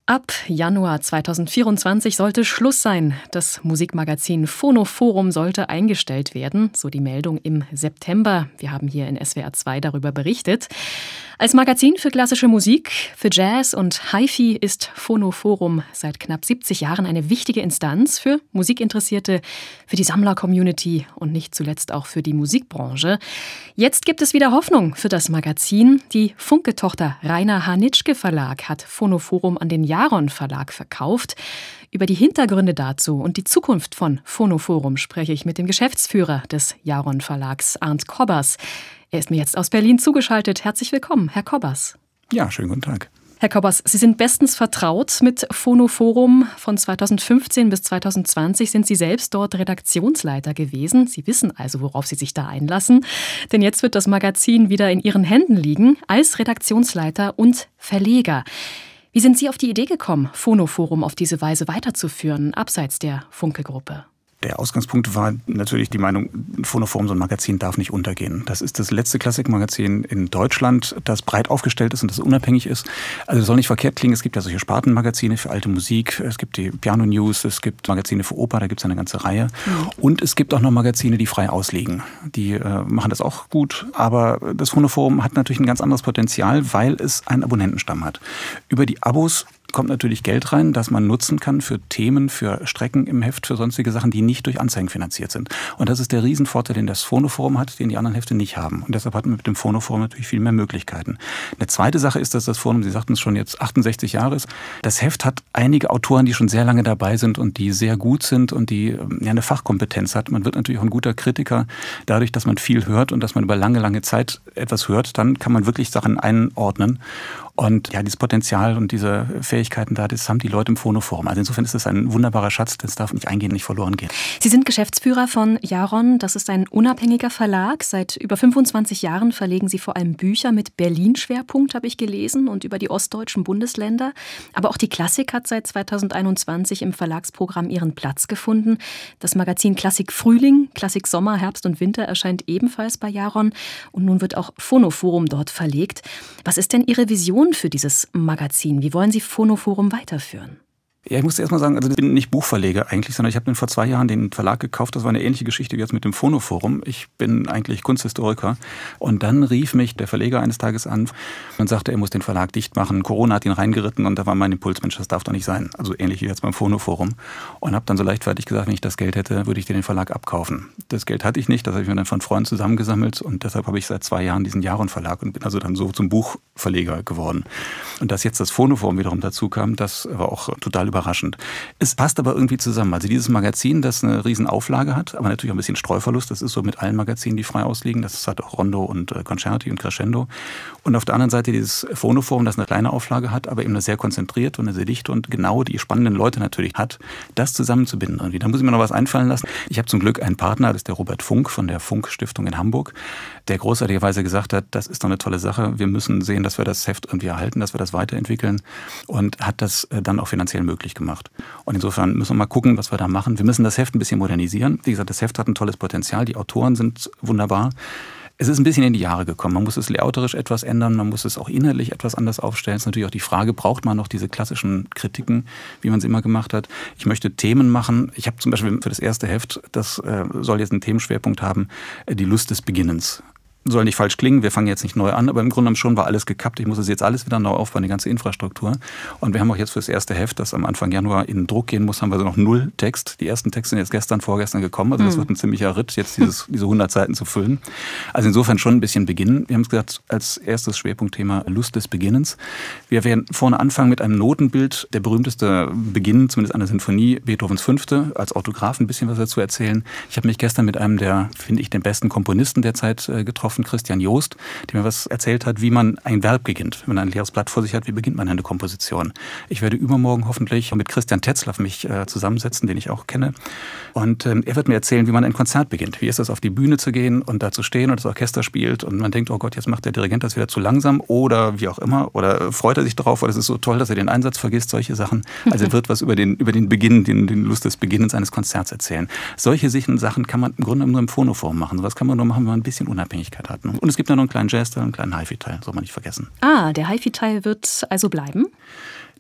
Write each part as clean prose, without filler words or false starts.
Ab Januar 2024 sollte Schluss sein. Das Musikmagazin Phonoforum sollte eingestellt werden, so die Meldung im September. Wir haben hier in SWR 2 darüber berichtet. Als Magazin für klassische Musik, für Jazz und Hi-Fi ist Phonoforum seit knapp 70 Jahren eine wichtige Instanz für Musikinteressierte, für die Sammler-Community und nicht zuletzt auch für die Musikbranche. Jetzt gibt es wieder Hoffnung für das Magazin. Die Funke-Tochter Rainer Hanitschke Verlag hat Phonoforum an den Jaron Verlag verkauft. Über die Hintergründe dazu und die Zukunft von Phonoforum spreche ich mit dem Geschäftsführer des Jaron Verlags, Arndt Kobbers. Er ist mir jetzt aus Berlin zugeschaltet. Herzlich willkommen, Herr Kobbers. Ja, schönen guten Tag. Herr Kobbers, Sie sind bestens vertraut mit Phonoforum. Von 2015 bis 2020 sind Sie selbst dort Redaktionsleiter gewesen. Sie wissen also, worauf Sie sich da einlassen. Denn jetzt wird das Magazin wieder in Ihren Händen liegen, als Redaktionsleiter und Verleger. Wie sind Sie auf die Idee gekommen, Phonoforum auf diese Weise weiterzuführen, abseits der Funke-Gruppe? Der Ausgangspunkt war natürlich die Meinung, Phonoforum, so ein Magazin darf nicht untergehen. Das ist das letzte Klassikmagazin in Deutschland, das breit aufgestellt ist und das unabhängig ist. Also es soll nicht verkehrt klingen, es gibt ja solche Spartenmagazine für alte Musik, es gibt die Piano News, es gibt Magazine für Oper, da gibt es eine ganze Reihe. Und es gibt auch noch Magazine, die frei auslegen. Die machen das auch gut, aber das Phonoforum hat natürlich ein ganz anderes Potenzial, weil es einen Abonnentenstamm hat. Über die Abos kommt natürlich Geld rein, das man nutzen kann für Themen, für Strecken im Heft, für sonstige Sachen, die nicht durch Anzeigen finanziert sind. Und das ist der Riesenvorteil, den das Phonoforum hat, den die anderen Hefte nicht haben. Und deshalb hat man mit dem Phonoforum natürlich viel mehr Möglichkeiten. Eine zweite Sache ist, dass das Forum, Sie sagten es schon, jetzt 68 Jahre ist. Das Heft hat einige Autoren, die schon sehr lange dabei sind und die sehr gut sind und die ja eine Fachkompetenz hat. Man wird natürlich auch ein guter Kritiker dadurch, dass man viel hört und dass man über lange, lange Zeit etwas hört. Dann kann man wirklich Sachen einordnen. Und ja, dieses Potenzial und diese Fähigkeiten da, das haben die Leute im Phonoforum. Also insofern ist das ein wunderbarer Schatz, das darf nicht eingehen, nicht verloren gehen. Sie sind Geschäftsführer von Jaron, das ist ein unabhängiger Verlag. Seit über 25 Jahren verlegen Sie vor allem Bücher mit Berlin-Schwerpunkt, habe ich gelesen, und über die ostdeutschen Bundesländer. Aber auch die Klassik hat seit 2021 im Verlagsprogramm ihren Platz gefunden. Das Magazin Klassik Frühling, Klassik Sommer, Herbst und Winter erscheint ebenfalls bei Jaron. Und nun wird auch Phonoforum dort verlegt. Was ist denn Ihre Vision für dieses Magazin? Wie wollen Sie Phonoforum weiterführen? Ja, ich muss erst mal sagen, also ich bin nicht Buchverleger eigentlich, sondern ich habe vor 2 Jahren den Verlag gekauft. Das war eine ähnliche Geschichte wie jetzt mit dem Phonoforum. Ich bin eigentlich Kunsthistoriker. Und dann rief mich der Verleger eines Tages an und sagte, er muss den Verlag dicht machen. Corona hat ihn reingeritten und da war mein Impuls, Mensch, das darf doch nicht sein. Also ähnlich wie jetzt beim Phonoforum. Und habe dann so leichtfertig gesagt, wenn ich das Geld hätte, würde ich dir den Verlag abkaufen. Das Geld hatte ich nicht, das habe ich mir dann von Freunden zusammengesammelt und deshalb habe ich seit 2 Jahren diesen Jaron Verlag und bin also dann so zum Buchverleger geworden. Und dass jetzt das Phonoforum wiederum dazu kam, das war auch total überraschend. Es passt aber irgendwie zusammen. Also dieses Magazin, das eine riesen Auflage hat, aber natürlich auch ein bisschen Streuverlust. Das ist so mit allen Magazinen, die frei ausliegen. Das hat auch Rondo und Concerti und Crescendo. Und auf der anderen Seite dieses Phonoforum, das eine kleine Auflage hat, aber eben eine sehr konzentrierte und eine sehr dichte und genau die spannenden Leute natürlich hat, das zusammenzubinden. Und da muss ich mir noch was einfallen lassen. Ich habe zum Glück einen Partner, das ist der Robert Funk von der Funk-Stiftung in Hamburg, der großartigerweise gesagt hat, das ist doch eine tolle Sache. Wir müssen sehen, dass wir das Heft irgendwie erhalten, dass wir das weiterentwickeln und hat das dann auch finanziell möglich gemacht. Und insofern müssen wir mal gucken, was wir da machen. Wir müssen das Heft ein bisschen modernisieren. Wie gesagt, das Heft hat ein tolles Potenzial, die Autoren sind wunderbar. Es ist ein bisschen in die Jahre gekommen. Man muss es layouterisch etwas ändern, man muss es auch inhaltlich etwas anders aufstellen. Es ist natürlich auch die Frage, braucht man noch diese klassischen Kritiken, wie man es immer gemacht hat? Ich möchte Themen machen. Ich habe zum Beispiel für das erste Heft, das soll jetzt einen Themenschwerpunkt haben, die Lust des Beginnens. Soll nicht falsch klingen, wir fangen jetzt nicht neu an, aber im Grunde genommen schon war alles gekappt. Ich muss es jetzt alles wieder neu aufbauen, die ganze Infrastruktur. Und wir haben auch jetzt für das erste Heft, das am Anfang Januar in Druck gehen muss, haben wir so noch 0 Text. Die ersten Texte sind jetzt gestern, vorgestern gekommen. Also das wird ein ziemlicher Ritt, jetzt diese 100 Seiten zu füllen. Also insofern schon ein bisschen beginnen. Wir haben es gesagt, als erstes Schwerpunktthema Lust des Beginnens. Wir werden vorne anfangen mit einem Notenbild. Der berühmteste Beginn, zumindest an der Sinfonie, Beethovens 5. Als Autograph ein bisschen was dazu erzählen. Ich habe mich gestern mit einem der, finde ich, den besten Komponisten der Zeit getroffen, Christian Joost, der mir was erzählt hat, wie man ein Verb beginnt. Wenn man ein leeres Blatt vor sich hat, wie beginnt man eine Komposition? Ich werde übermorgen hoffentlich mit Christian Tetzlaff mich zusammensetzen, den ich auch kenne. Und er wird mir erzählen, wie man ein Konzert beginnt. Wie ist es, auf die Bühne zu gehen und da zu stehen und das Orchester spielt und man denkt, oh Gott, jetzt macht der Dirigent das wieder zu langsam oder wie auch immer. Oder freut er sich darauf oder es ist so toll, dass er den Einsatz vergisst, solche Sachen. Also er wird was über den Beginn, den Lust des Beginnens eines Konzerts erzählen. Solche Sachen kann man im Grunde nur im Phonoforum machen. Sowas kann man nur machen, wenn man ein bisschen Unabhängigkeit hat. Und es gibt ja noch einen kleinen Jazz-Teil, einen kleinen Hi-Fi-Teil, soll man nicht vergessen. Ah, der Hi-Fi-Teil wird also bleiben?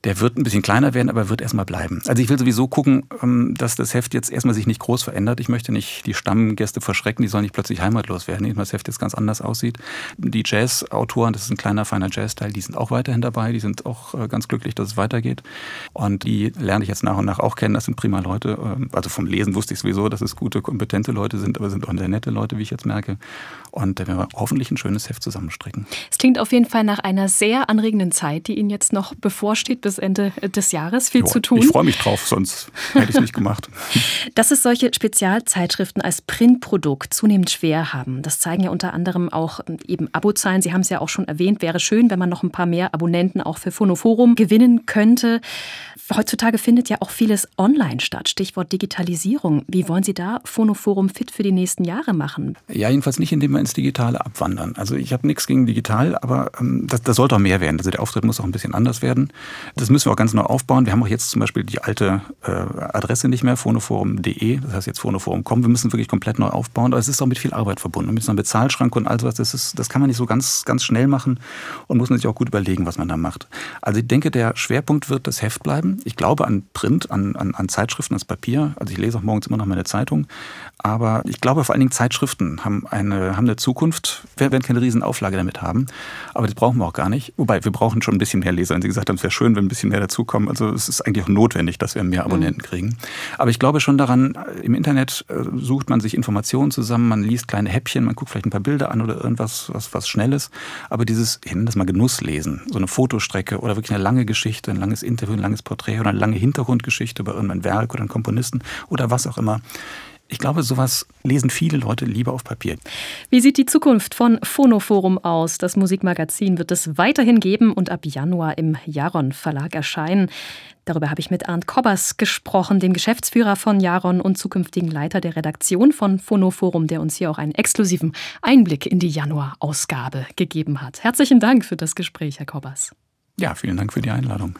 Der wird ein bisschen kleiner werden, aber wird erstmal bleiben. Also ich will sowieso gucken, dass das Heft jetzt erstmal sich nicht groß verändert. Ich möchte nicht die Stammgäste verschrecken, die sollen nicht plötzlich heimatlos werden, indem das Heft jetzt ganz anders aussieht. Die Jazz-Autoren, das ist ein kleiner, feiner Jazz-Teil, die sind auch weiterhin dabei, die sind auch ganz glücklich, dass es weitergeht. Und die lerne ich jetzt nach und nach auch kennen, das sind prima Leute. Also vom Lesen wusste ich sowieso, dass es gute, kompetente Leute sind, aber sind auch sehr nette Leute, wie ich jetzt merke. Und da werden wir hoffentlich ein schönes Heft zusammenstricken. Es klingt auf jeden Fall nach einer sehr anregenden Zeit, die Ihnen jetzt noch bevorsteht bis Ende des Jahres. Viel zu tun. Ich freue mich drauf, sonst hätte ich es nicht gemacht. Dass es solche Spezialzeitschriften als Printprodukt zunehmend schwer haben, das zeigen ja unter anderem auch eben Abozahlen. Sie haben es ja auch schon erwähnt, wäre schön, wenn man noch ein paar mehr Abonnenten auch für Phonoforum gewinnen könnte. Heutzutage findet ja auch vieles online statt, Stichwort Digitalisierung. Wie wollen Sie da Phonoforum fit für die nächsten Jahre machen? Ja, jedenfalls nicht, indem wir ins Digitale abwandern. Also ich habe nichts gegen digital, aber das sollte auch mehr werden. Also der Auftritt muss auch ein bisschen anders werden. Das müssen wir auch ganz neu aufbauen. Wir haben auch jetzt zum Beispiel die alte Adresse nicht mehr, phonoforum.de, das heißt jetzt phonoforum.com. Wir müssen wirklich komplett neu aufbauen, aber es ist auch mit viel Arbeit verbunden. Mit so einer Bezahlschranke und all sowas, das kann man nicht so ganz schnell machen und muss man sich auch gut überlegen, was man da macht. Also ich denke, der Schwerpunkt wird das Heft bleiben. Ich glaube an Print, an Zeitschriften, ans Papier. Also ich lese auch morgens immer noch meine Zeitung. Aber ich glaube vor allen Dingen Zeitschriften haben eine Zukunft. Wir werden keine riesen Auflage damit haben. Aber das brauchen wir auch gar nicht. Wobei, wir brauchen schon ein bisschen mehr Leser. Wenn Sie gesagt haben, es wäre schön, wenn ein bisschen mehr dazukommen. Also es ist eigentlich auch notwendig, dass wir mehr Abonnenten kriegen. Aber ich glaube schon daran, im Internet sucht man sich Informationen zusammen, man liest kleine Häppchen, man guckt vielleicht ein paar Bilder an oder irgendwas, was Schnelles. Aber dieses, ich nenne das mal Genusslesen, so eine Fotostrecke oder wirklich eine lange Geschichte, ein langes Interview, ein langes Porträt oder eine lange Hintergrundgeschichte über irgendein Werk oder einen Komponisten oder was auch immer. Ich glaube, sowas lesen viele Leute lieber auf Papier. Wie sieht die Zukunft von Phonoforum aus? Das Musikmagazin wird es weiterhin geben und ab Januar im Jaron Verlag erscheinen. Darüber habe ich mit Arndt Kobbers gesprochen, dem Geschäftsführer von Jaron und zukünftigen Leiter der Redaktion von Phonoforum, der uns hier auch einen exklusiven Einblick in die Januar-Ausgabe gegeben hat. Herzlichen Dank für das Gespräch, Herr Kobbers. Ja, vielen Dank für die Einladung.